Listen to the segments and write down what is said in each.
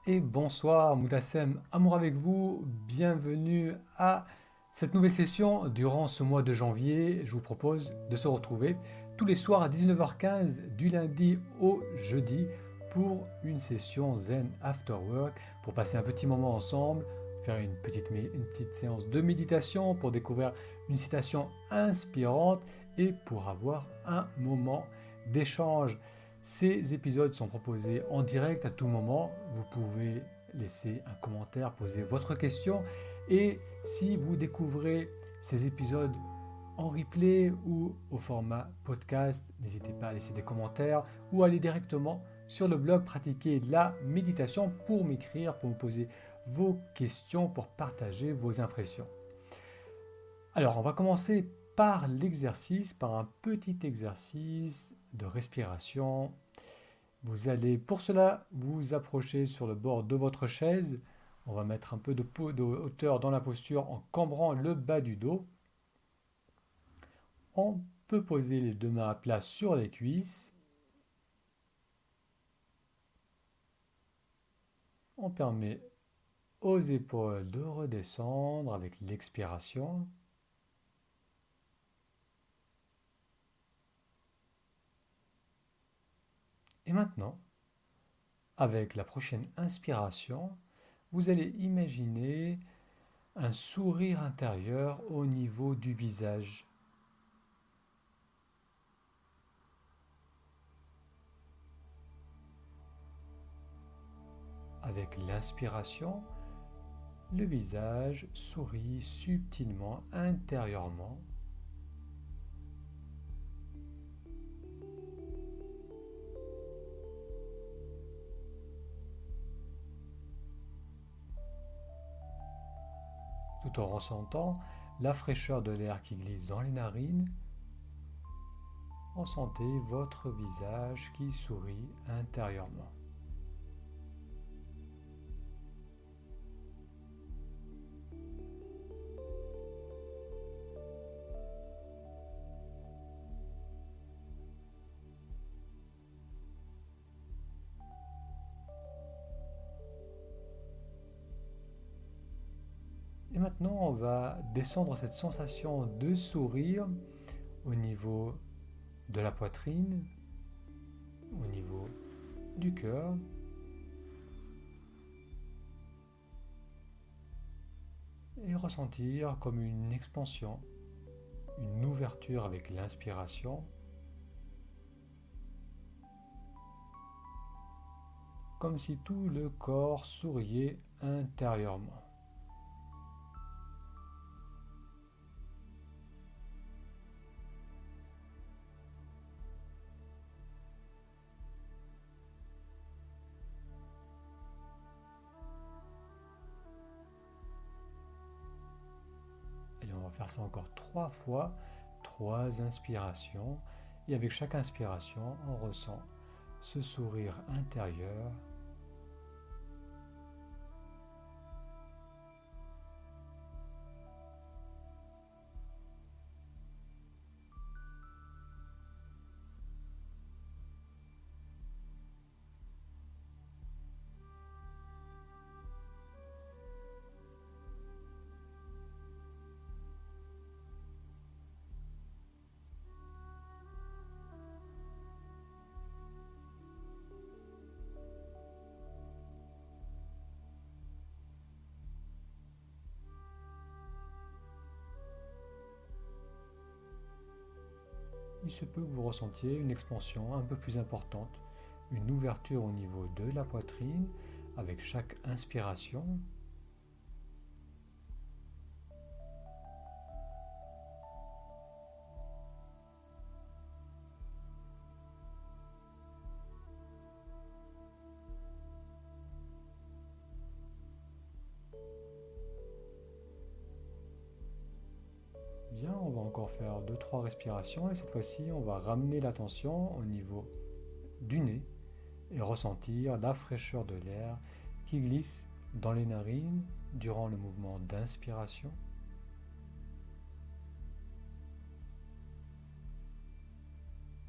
Et bonsoir Moudassem, amour avec vous, bienvenue à cette nouvelle session. Durant ce mois de janvier, je vous propose de se retrouver tous les soirs à 19h15 du lundi au jeudi pour une session Zen After Work, pour passer un petit moment ensemble, faire une petite séance de méditation, pour découvrir une citation inspirante et pour avoir un moment d'échange. Ces épisodes sont proposés en direct à tout moment. Vous pouvez laisser un commentaire, poser votre question. Et si vous découvrez ces épisodes en replay ou au format podcast, n'hésitez pas à laisser des commentaires ou aller directement sur le blog Pratiquer la méditation pour m'écrire, pour me poser vos questions, pour partager vos impressions. Alors, on va commencer par l'exercice, par un petit exercice de respiration. Vous allez pour cela vous approcher sur le bord de votre chaise. On va mettre un peu de hauteur dans la posture en cambrant le bas du dos. On peut poser les deux mains à plat sur les cuisses. On permet aux épaules de redescendre avec l'expiration. Et maintenant, avec la prochaine inspiration, vous allez imaginer un sourire intérieur au niveau du visage. Avec l'inspiration, le visage sourit subtilement intérieurement. Tout en ressentant la fraîcheur de l'air qui glisse dans les narines. Ressentez votre visage qui sourit intérieurement. Et maintenant, on va descendre cette sensation de sourire au niveau de la poitrine, au niveau du cœur, et ressentir comme une expansion, une ouverture avec l'inspiration, comme si tout le corps souriait intérieurement. Et on va faire ça encore 3 fois, 3 inspirations. Et avec chaque inspiration, on ressent ce sourire intérieur. Il se peut que vous ressentiez une expansion un peu plus importante, une ouverture au niveau de la poitrine avec chaque inspiration. Bien, on va encore faire 2 3 respirations et cette fois-ci, on va ramener l'attention au niveau du nez et ressentir la fraîcheur de l'air qui glisse dans les narines durant le mouvement d'inspiration.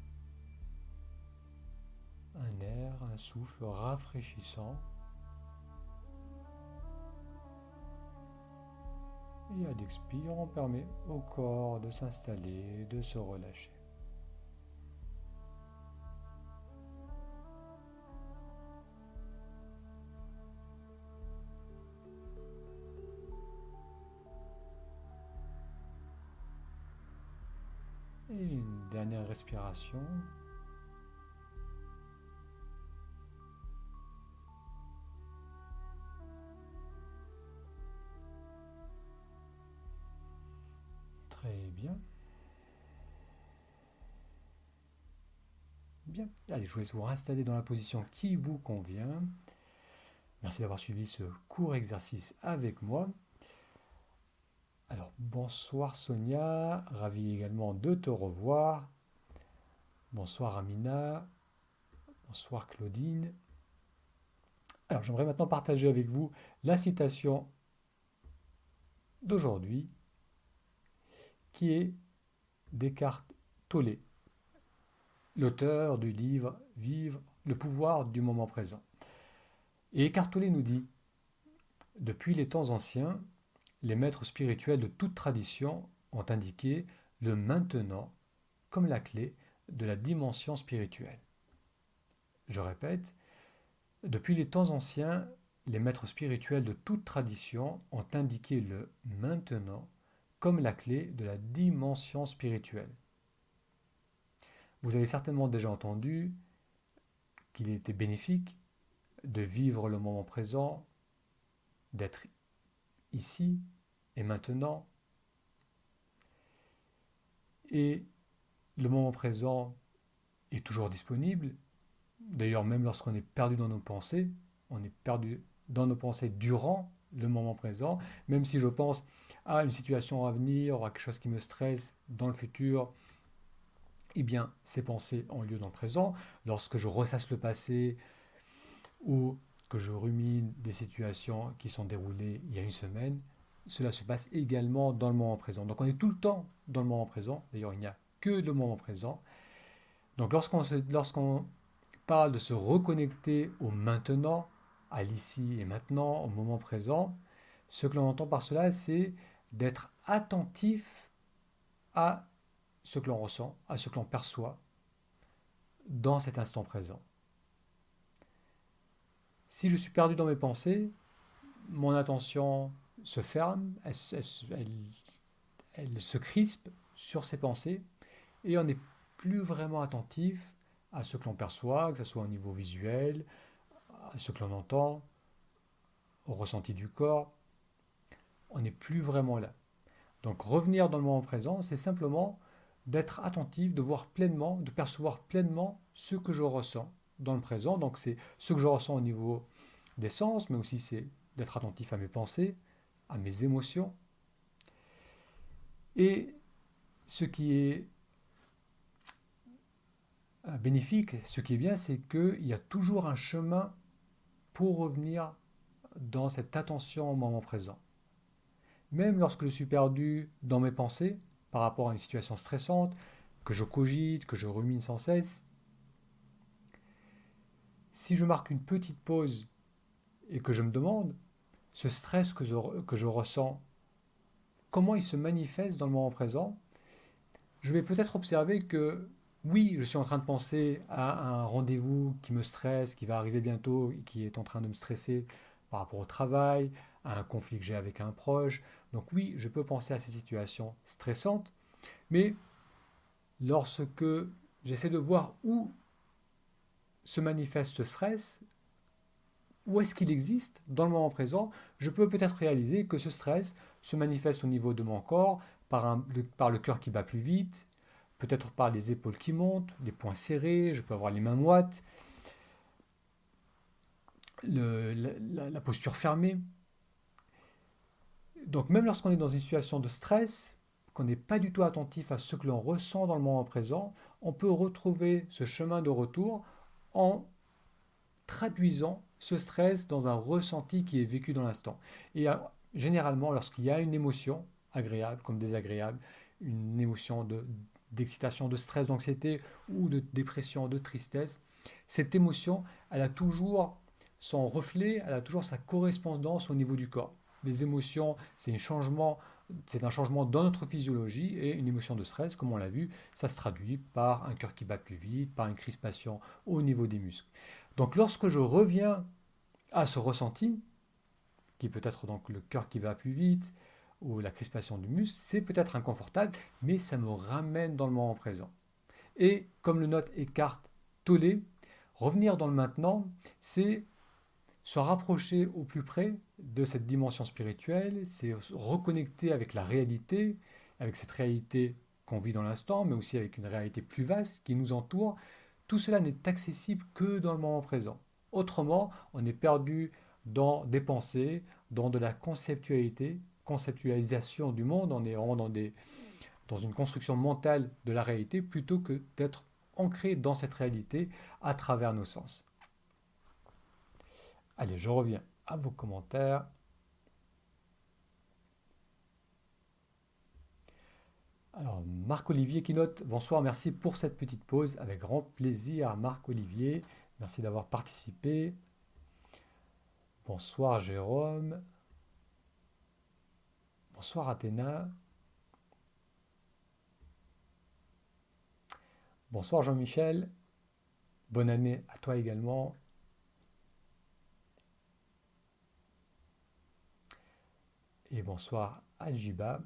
Un air, un souffle rafraîchissant Et à l'expire, on permet au corps de s'installer, de se relâcher. Et une dernière respiration. Très bien. Bien. Allez, je vous laisse vous réinstaller dans la position qui vous convient. Merci d'avoir suivi ce court exercice avec moi. Alors, bonsoir Sonia, ravi également de te revoir. Bonsoir Amina, bonsoir Claudine. Alors, j'aimerais maintenant partager avec vous la citation d'aujourd'hui qui est d'Eckhart Tolle, l'auteur du livre Vivre le pouvoir du moment présent. Et Eckhart Tolle nous dit: depuis les temps anciens, les maîtres spirituels de toute tradition ont indiqué le maintenant comme la clé de la dimension spirituelle. Je répète, depuis les temps anciens, les maîtres spirituels de toute tradition ont indiqué le maintenant comme la clé de la dimension spirituelle. Vous avez certainement déjà entendu qu'il était bénéfique de vivre le moment présent, d'être ici et maintenant. Et le moment présent est toujours disponible. D'ailleurs, même lorsqu'on est perdu dans nos pensées, on est perdu dans nos pensées durant le moment présent. Même si je pense à une situation à venir, à quelque chose qui me stresse dans le futur, eh bien, ces pensées ont lieu dans le présent. Lorsque je ressasse le passé ou que je rumine des situations qui sont déroulées il y a une semaine, cela se passe également dans le moment présent. Donc on est tout le temps dans le moment présent. D'ailleurs, il n'y a que le moment présent. Donc lorsqu'on parle de se reconnecter au maintenant, à l'ici et maintenant, au moment présent, ce que l'on entend par cela, c'est d'être attentif à ce que l'on ressent, à ce que l'on perçoit dans cet instant présent. Si je suis perdu dans mes pensées, mon attention se ferme, elle se crispe sur ses pensées et on n'est plus vraiment attentif à ce que l'on perçoit, que ce soit au niveau visuel, à ce que l'on entend, au ressenti du corps. On n'est plus vraiment là. Donc revenir dans le moment présent, c'est simplement d'être attentif, de voir pleinement, de percevoir pleinement ce que je ressens dans le présent. Donc c'est ce que je ressens au niveau des sens, mais aussi c'est d'être attentif à mes pensées, à mes émotions. Et ce qui est bénéfique, ce qui est bien, c'est qu'il y a toujours un chemin pour revenir dans cette attention au moment présent. Même lorsque je suis perdu dans mes pensées par rapport à une situation stressante, que je cogite, que je rumine sans cesse, si je marque une petite pause et que je me demande, ce stress que je ressens, comment il se manifeste dans le moment présent, je vais peut-être observer que oui, je suis en train de penser à un rendez-vous qui me stresse, qui va arriver bientôt et qui est en train de me stresser par rapport au travail, à un conflit que j'ai avec un proche. Donc oui, je peux penser à ces situations stressantes, mais lorsque j'essaie de voir où se manifeste ce stress, où est-ce qu'il existe dans le moment présent, je peux peut-être réaliser que ce stress se manifeste au niveau de mon corps, par le cœur qui bat plus vite, peut-être par les épaules qui montent, les poings serrés, je peux avoir les mains moites, la posture fermée. Donc même lorsqu'on est dans une situation de stress, qu'on n'est pas du tout attentif à ce que l'on ressent dans le moment présent, on peut retrouver ce chemin de retour en traduisant ce stress dans un ressenti qui est vécu dans l'instant. Et généralement, lorsqu'il y a une émotion, agréable comme désagréable, une émotion d'excitation, de stress, d'anxiété ou de dépression, de tristesse, cette émotion, elle a toujours son reflet, elle a toujours sa correspondance au niveau du corps. Les émotions, c'est un changement c'est un changement dans notre physiologie et une émotion de stress, comme on l'a vu, ça se traduit par un cœur qui bat plus vite, par une crispation au niveau des muscles. Donc lorsque je reviens à ce ressenti, qui peut être donc le cœur qui va plus vite ou la crispation du muscle, c'est peut-être inconfortable, mais ça me ramène dans le moment présent. Et comme le note Eckhart Tolle, revenir dans le maintenant, c'est se rapprocher au plus près de cette dimension spirituelle, c'est se reconnecter avec la réalité, avec cette réalité qu'on vit dans l'instant, mais aussi avec une réalité plus vaste qui nous entoure. Tout cela n'est accessible que dans le moment présent. Autrement, on est perdu dans des pensées, dans de la conceptualité, conceptualisation du monde, on est vraiment dans une construction mentale de la réalité plutôt que d'être ancré dans cette réalité à travers nos sens. Allez, je reviens à vos commentaires. Alors, Marc-Olivier qui note, bonsoir, merci pour cette petite pause. Avec grand plaisir, Marc-Olivier. Merci d'avoir participé. Bonsoir, Jérôme. Bonsoir, Athéna. Bonsoir, Jean-Michel. Bonne année à toi également. Et bonsoir, Aljiba.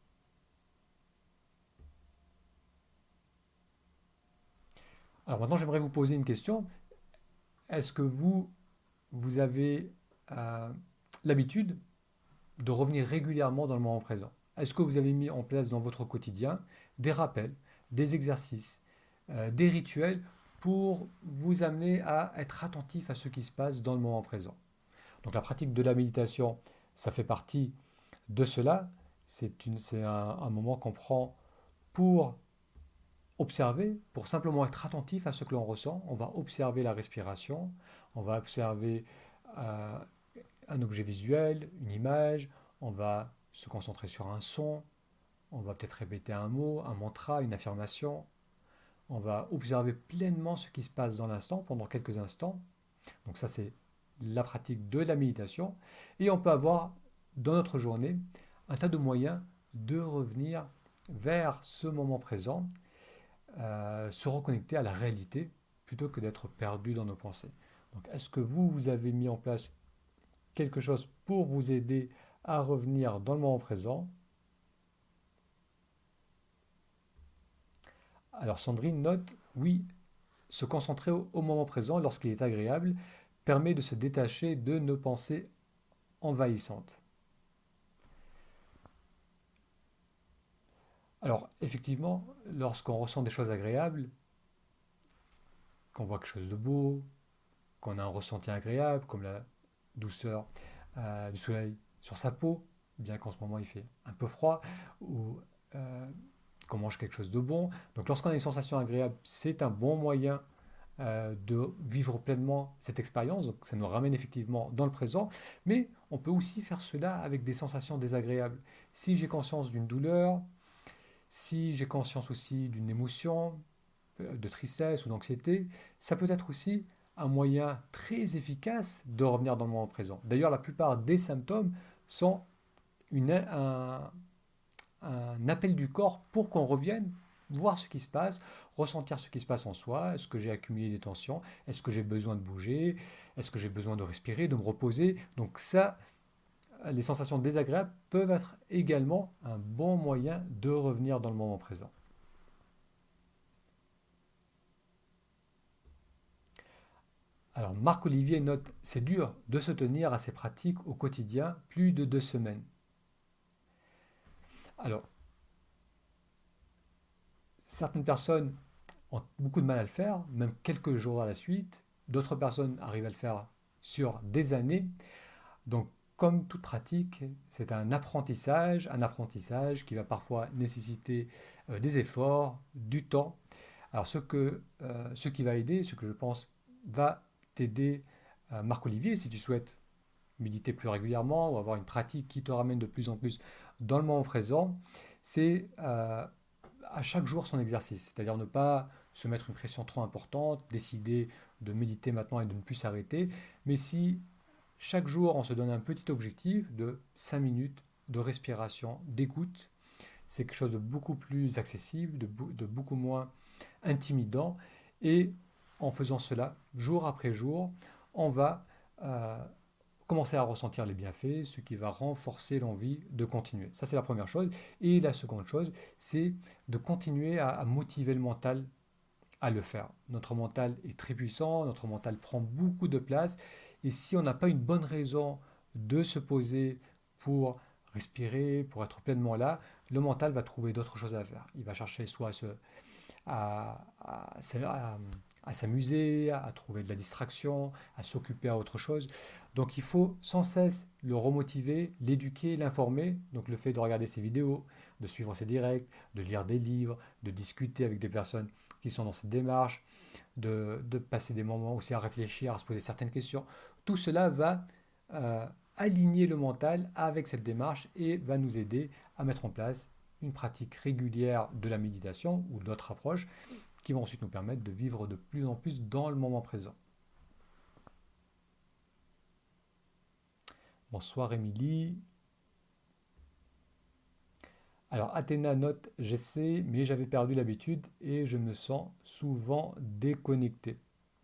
Alors maintenant, j'aimerais vous poser une question. Est-ce que vous avez l'habitude de revenir régulièrement dans le moment présent? Est-ce que vous avez mis en place dans votre quotidien des rappels, des exercices, des rituels pour vous amener à être attentif à ce qui se passe dans le moment présent? Donc la pratique de la méditation, ça fait partie de cela. C'est un moment qu'on prend pour observer, pour simplement être attentif à ce que l'on ressent. On va observer la respiration, on va observer euh, un objet visuel, une image, on va se concentrer sur un son, on va peut-être répéter un mot, un mantra, une affirmation. On va observer pleinement ce qui se passe dans l'instant pendant quelques instants. Donc ça, c'est la pratique de la méditation. Et on peut avoir dans notre journée un tas de moyens de revenir vers ce moment présent, se reconnecter à la réalité plutôt que d'être perdu dans nos pensées. Donc est-ce que vous avez mis en place quelque chose pour vous aider à revenir dans le moment présent? Alors Sandrine note, oui, se concentrer au moment présent lorsqu'il est agréable permet de se détacher de nos pensées envahissantes. Alors effectivement, lorsqu'on ressent des choses agréables, qu'on voit quelque chose de beau, qu'on a un ressenti agréable, comme la douceur du soleil sur sa peau, bien qu'en ce moment il fait un peu froid, ou qu'on mange quelque chose de bon. Donc lorsqu'on a une sensation agréable, c'est un bon moyen de vivre pleinement cette expérience. Donc ça nous ramène effectivement dans le présent, mais on peut aussi faire cela avec des sensations désagréables. Si j'ai conscience d'une douleur, si j'ai conscience aussi d'une émotion, de tristesse ou d'anxiété, ça peut être aussi un moyen très efficace de revenir dans le moment présent. D'ailleurs, la plupart des symptômes sont un appel du corps pour qu'on revienne voir ce qui se passe, ressentir ce qui se passe en soi. Est-ce que j'ai accumulé des tensions? Est-ce que j'ai besoin de bouger? Est-ce que j'ai besoin de respirer, de me reposer? Donc ça, les sensations désagréables peuvent être également un bon moyen de revenir dans le moment présent. Alors Marc-Olivier note, c'est dur de se tenir à ces pratiques au quotidien plus de 2 semaines. Alors, certaines personnes ont beaucoup de mal à le faire, même quelques jours à la suite. D'autres personnes arrivent à le faire sur des années. Donc, comme toute pratique, c'est un apprentissage qui va parfois nécessiter des efforts, du temps. Alors, ce qui va aider, ce que je pense va t'aider, Marc-Olivier, si tu souhaites méditer plus régulièrement ou avoir une pratique qui te ramène de plus en plus dans le moment présent, c'est à chaque jour son exercice. C'est-à-dire ne pas se mettre une pression trop importante, décider de méditer maintenant et de ne plus s'arrêter, mais si chaque jour on se donne un petit objectif de 5 minutes, de respiration, d'écoute. C'est quelque chose de beaucoup plus accessible, de beaucoup moins intimidant. Et en faisant cela, jour après jour, on va commencer à ressentir les bienfaits, ce qui va renforcer l'envie de continuer. Ça, c'est la première chose. Et la seconde chose, c'est de continuer à motiver le mental à le faire. Notre mental est très puissant, notre mental prend beaucoup de place. Et si on n'a pas une bonne raison de se poser pour respirer, pour être pleinement là, le mental va trouver d'autres choses à faire. Il va chercher soit à s'amuser, à trouver de la distraction, à s'occuper à autre chose. Donc il faut sans cesse le remotiver, l'éduquer, l'informer. Donc le fait de regarder ses vidéos, de suivre ses directs, de lire des livres, de discuter avec des personnes qui sont dans cette démarche, de passer des moments aussi à réfléchir, à se poser certaines questions. Tout cela va aligner le mental avec cette démarche et va nous aider à mettre en place une pratique régulière de la méditation ou d'autres approches qui vont ensuite nous permettre de vivre de plus en plus dans le moment présent. Bonsoir Émilie. Alors Athéna note, j'essaie, mais j'avais perdu l'habitude et je me sens souvent déconnecté.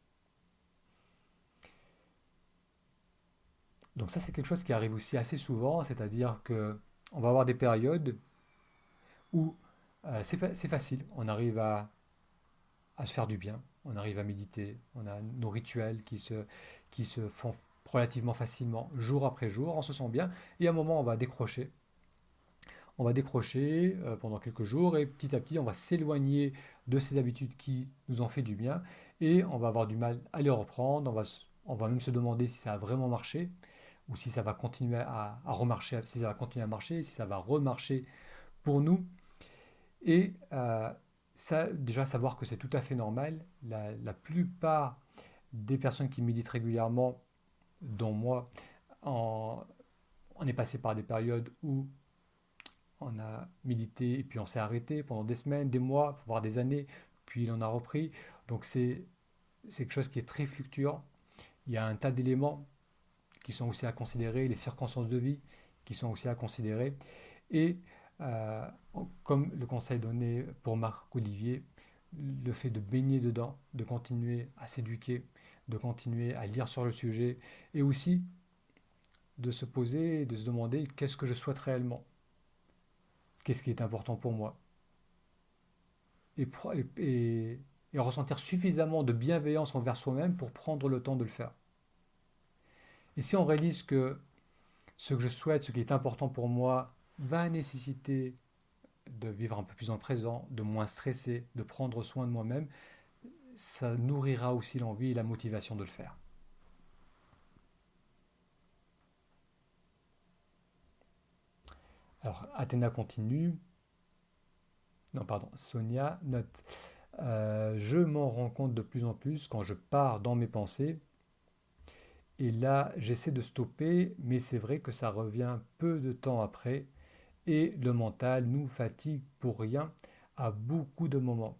Donc ça c'est quelque chose qui arrive aussi assez souvent, c'est-à-dire que on va avoir des périodes où c'est facile, on arrive à se faire du bien, on arrive à méditer, on a nos rituels qui se font relativement facilement, jour après jour, on se sent bien, et à un moment on va décrocher. On va décrocher pendant quelques jours et petit à petit on va s'éloigner de ces habitudes qui nous ont fait du bien et on va avoir du mal à les reprendre, on va même se demander si ça a vraiment marché ou si ça va continuer à remarcher, si ça va continuer à marcher, si ça va remarcher pour nous. Et ça, déjà savoir que c'est tout à fait normal. La plupart des personnes qui méditent régulièrement, dont moi, on est passé par des périodes où on a médité et puis on s'est arrêté pendant des semaines, des mois, voire des années, puis on a repris. Donc c'est quelque chose qui est très fluctuant. Il y a un tas d'éléments qui sont aussi à considérer, les circonstances de vie qui sont aussi à considérer. Et euh, comme le conseil donné pour Marc Olivier, le fait de baigner dedans, de continuer à s'éduquer, de continuer à lire sur le sujet, et aussi de se poser, de se demander qu'est-ce que je souhaite réellement, qu'est-ce qui est important pour moi, et, et ressentir suffisamment de bienveillance envers soi-même pour prendre le temps de le faire. Et si on réalise que ce que je souhaite, ce qui est important pour moi, va nécessiter de vivre un peu plus dans le présent, de moins stresser, de prendre soin de moi-même, ça nourrira aussi l'envie et la motivation de le faire. Alors, Athéna continue. Non, pardon, Sonia note. Je m'en rends compte de plus en plus quand je pars dans mes pensées. Et là, j'essaie de stopper, mais c'est vrai que ça revient peu de temps après. Et le mental nous fatigue pour rien à beaucoup de moments.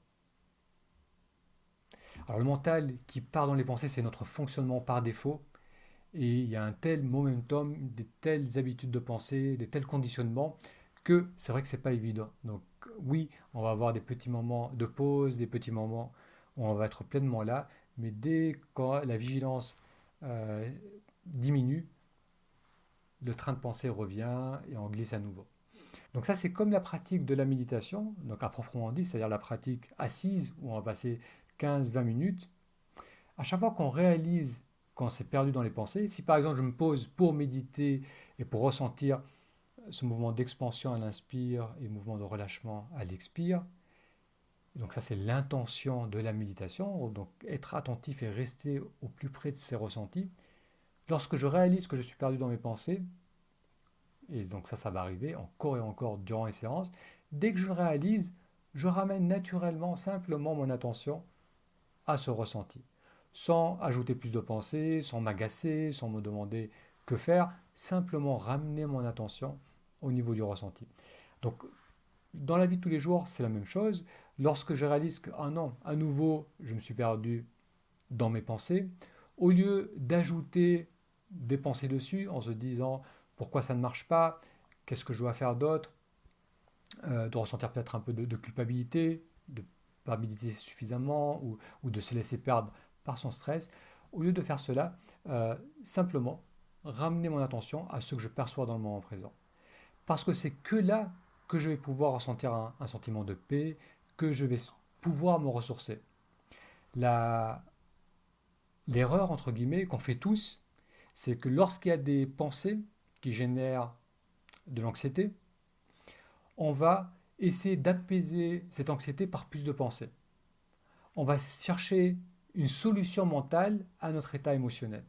Alors le mental qui part dans les pensées, c'est notre fonctionnement par défaut. Et il y a un tel momentum, des telles habitudes de pensée, des tels conditionnements, que c'est vrai que c'est pas évident. Donc oui, on va avoir des petits moments de pause, des petits moments où on va être pleinement là, mais dès que la vigilance euh, diminue, le train de pensée revient et on glisse à nouveau. Donc ça, c'est comme la pratique de la méditation, donc à proprement dit, c'est-à-dire la pratique assise, où on va passer 15-20 minutes. À chaque fois qu'on réalise qu'on s'est perdu dans les pensées, si par exemple je me pose pour méditer et pour ressentir ce mouvement d'expansion à l'inspire et mouvement de relâchement à l'expire, donc ça c'est l'intention de la méditation, donc être attentif et rester au plus près de ses ressentis. Lorsque je réalise que je suis perdu dans mes pensées, et donc ça va arriver encore et encore durant les séances, dès que je le réalise, je ramène naturellement, simplement mon attention à ce ressenti, sans ajouter plus de pensées, sans m'agacer, sans me demander que faire, simplement ramener mon attention au niveau du ressenti. Donc, dans la vie de tous les jours, c'est la même chose. Lorsque je réalise que, ah non, à nouveau, je me suis perdu dans mes pensées, au lieu d'ajouter des pensées dessus en se disant pourquoi ça ne marche pas, qu'est-ce que je dois faire d'autre, de ressentir peut-être un peu de culpabilité, de ne pas méditer suffisamment ou de se laisser perdre par son stress. Au lieu de faire cela, simplement ramener mon attention à ce que je perçois dans le moment présent. Parce que c'est que là que je vais pouvoir ressentir un sentiment de paix, que je vais pouvoir me ressourcer. La, L'erreur, entre guillemets, qu'on fait tous, c'est que lorsqu'il y a des pensées qui génèrent de l'anxiété, on va essayer d'apaiser cette anxiété par plus de pensées. On va chercher une solution mentale à notre état émotionnel.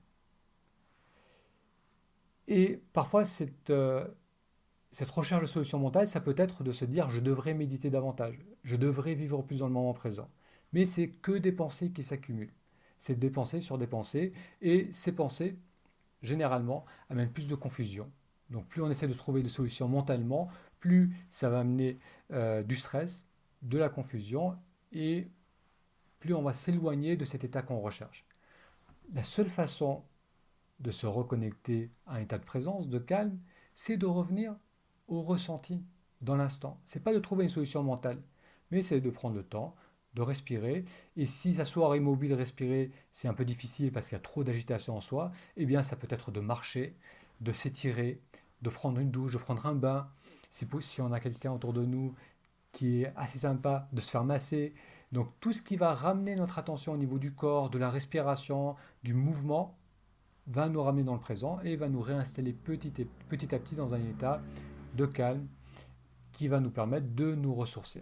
Et parfois, cette recherche de solution mentale, ça peut être de se dire je devrais méditer davantage, je devrais vivre plus dans le moment présent. Mais c'est que des pensées qui s'accumulent. C'est des pensées sur des pensées, et ces pensées, généralement, amènent plus de confusion. Donc plus on essaie de trouver des solutions mentalement, plus ça va amener du stress, de la confusion, et plus on va s'éloigner de cet état qu'on recherche. La seule façon de se reconnecter à un état de présence, de calme, c'est de revenir au ressenti dans l'instant. C'est pas de trouver une solution mentale, mais c'est de prendre le temps, de respirer. Et si s'asseoir immobile, respirer, c'est un peu difficile parce qu'il y a trop d'agitation en soi, eh bien ça peut être de marcher, de s'étirer, de prendre une douche, de prendre un bain. Si on a quelqu'un autour de nous qui est assez sympa, de se faire masser. Donc tout ce qui va ramener notre attention au niveau du corps, de la respiration, du mouvement, va nous ramener dans le présent et va nous réinstaller petit à petit dans un état de calme qui va nous permettre de nous ressourcer.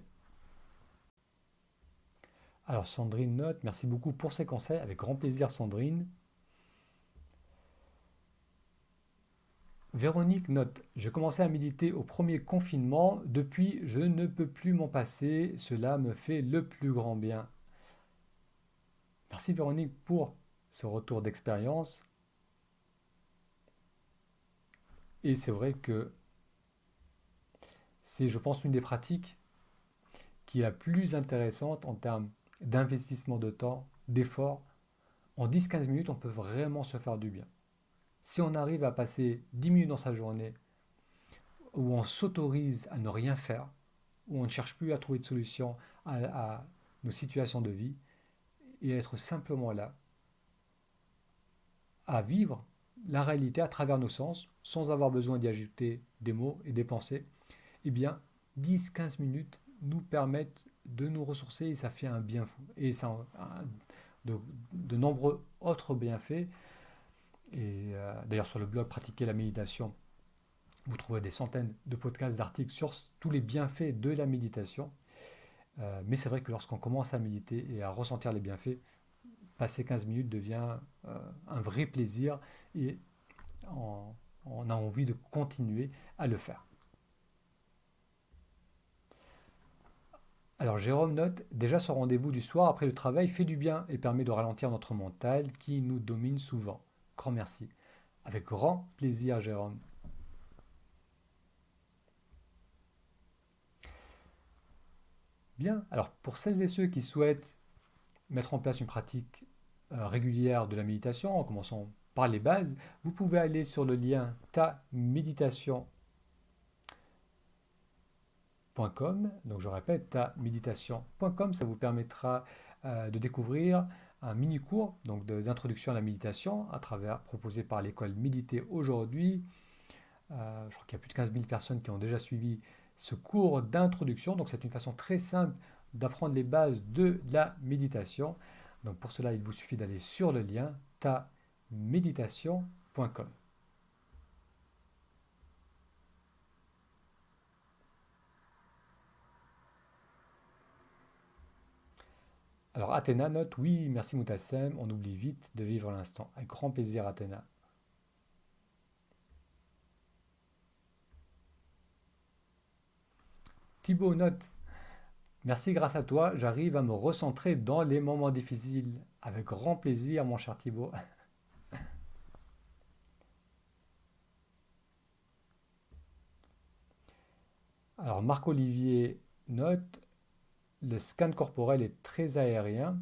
Alors Sandrine note, merci beaucoup pour ces conseils, avec grand plaisir Sandrine. Véronique note, j'ai commencé à méditer au premier confinement, depuis je ne peux plus m'en passer, cela me fait le plus grand bien. Merci Véronique pour ce retour d'expérience. Et c'est vrai que c'est, je pense, l'une des pratiques qui est la plus intéressante en termes d'investissement de temps, d'effort. En 10-15 minutes, on peut vraiment se faire du bien. Si on arrive à passer 10 minutes dans sa journée où on s'autorise à ne rien faire, où on ne cherche plus à trouver de solution à nos situations de vie, et être simplement là, à vivre la réalité à travers nos sens, sans avoir besoin d'y ajouter des mots et des pensées, eh bien, 10-15 minutes nous permettent de nous ressourcer et ça fait un bien fou. Et ça a de nombreux autres bienfaits. Et d'ailleurs, sur le blog Pratiquer la méditation, vous trouverez des centaines de podcasts, d'articles sur tous les bienfaits de la méditation. Mais c'est vrai que lorsqu'on commence à méditer et à ressentir les bienfaits, passer 15 minutes devient un vrai plaisir et on a envie de continuer à le faire. Alors Jérôme note, déjà ce rendez-vous du soir après le travail fait du bien et permet de ralentir notre mental qui nous domine souvent. Grand merci. Avec grand plaisir Jérôme. Bien, alors pour celles et ceux qui souhaitent mettre en place une pratique régulière de la méditation, en commençant par les bases, vous pouvez aller sur le lien taméditation.com. Donc je répète, taméditation.com, ça vous permettra de découvrir un mini-cours d'introduction à la méditation proposé par l'école Méditer aujourd'hui. Je crois qu'il y a plus de 15 000 personnes qui ont déjà suivi ce cours d'introduction. Donc c'est une façon très simple d'apprendre les bases de la méditation. Donc pour cela, il vous suffit d'aller sur le lien taméditation.com. Alors Athéna note, oui, merci Moutassem, on oublie vite de vivre l'instant. Avec grand plaisir Athéna. Thibaut note, merci grâce à toi, j'arrive à me recentrer dans les moments difficiles. Avec grand plaisir mon cher Thibaut. Alors Marc-Olivier note, le scan corporel est très aérien,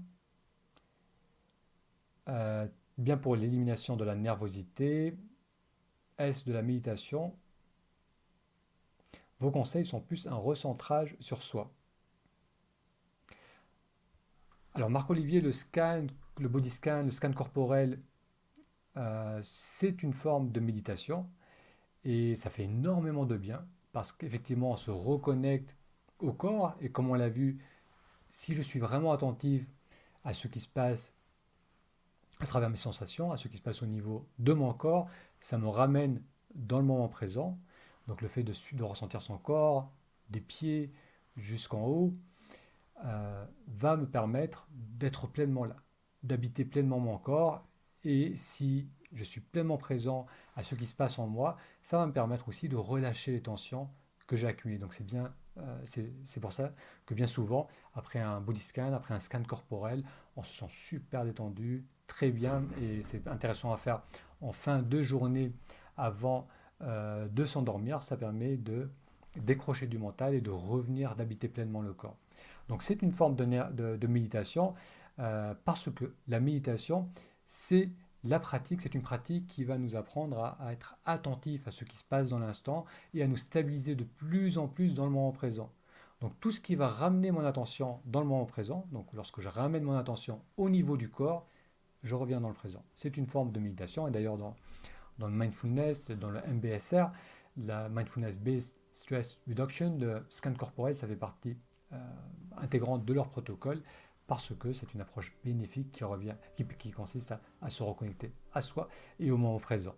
euh, bien pour l'élimination de la nervosité. Est-ce de la méditation? vos conseils sont plus un recentrage sur soi. Alors Marc-Olivier, le body scan, le scan corporel, c'est une forme de méditation et ça fait énormément de bien parce qu'effectivement on se reconnecte au corps et comme on l'a vu, si je suis vraiment attentif à ce qui se passe à travers mes sensations, à ce qui se passe au niveau de mon corps, ça me ramène dans le moment présent. Donc le fait de ressentir son corps, des pieds jusqu'en haut, va me permettre d'être pleinement là, d'habiter pleinement mon corps. Et si je suis pleinement présent à ce qui se passe en moi, ça va me permettre aussi de relâcher les tensions que j'ai accumulées. Donc c'est bien, c'est pour ça que bien souvent, après un body scan, après un scan corporel, on se sent super détendu, très bien, et c'est intéressant à faire en fin de journée avant de s'endormir. Ça permet de décrocher du mental et de revenir, d'habiter pleinement le corps. Donc c'est une forme de méditation parce que la méditation, c'est la pratique, c'est une pratique qui va nous apprendre à être attentif à ce qui se passe dans l'instant et à nous stabiliser de plus en plus dans le moment présent. Donc tout ce qui va ramener mon attention dans le moment présent, donc lorsque je ramène mon attention au niveau du corps, je reviens dans le présent. C'est une forme de méditation et d'ailleurs dans le mindfulness, dans le MBSR, la Mindfulness Based Stress Reduction, le scan corporel, ça fait partie intégrante de leur protocole parce que c'est une approche bénéfique qui consiste à se reconnecter à soi et au moment présent.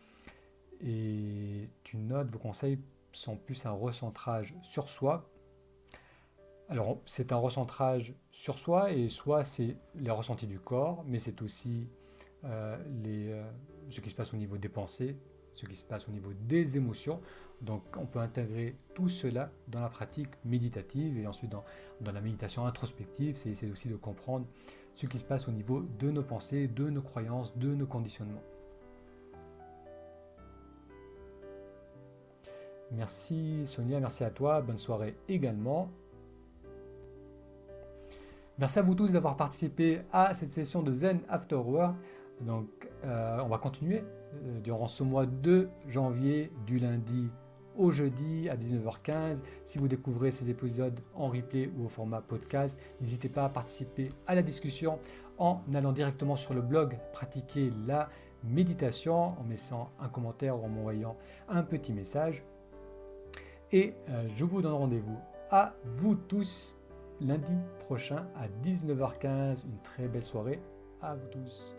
Et tu notes, vos conseils sont plus un recentrage sur soi. Alors c'est un recentrage sur soi et soit c'est les ressentis du corps, mais c'est aussi ce qui se passe au niveau des pensées, ce qui se passe au niveau des émotions. Donc on peut intégrer tout cela dans la pratique méditative et ensuite dans la méditation introspective, c'est essayer aussi de comprendre ce qui se passe au niveau de nos pensées, de nos croyances, de nos conditionnements. Merci Sonia, merci à toi, bonne soirée également. Merci à vous tous d'avoir participé à cette session de Zen After Work. Donc, on va continuer durant ce mois de janvier, du lundi au jeudi à 19h15. Si vous découvrez ces épisodes en replay ou au format podcast, n'hésitez pas à participer à la discussion en allant directement sur le blog Pratiquer la méditation, en laissant un commentaire ou en m'envoyant un petit message. Et je vous donne rendez-vous à vous tous lundi prochain à 19h15. Une très belle soirée à vous tous.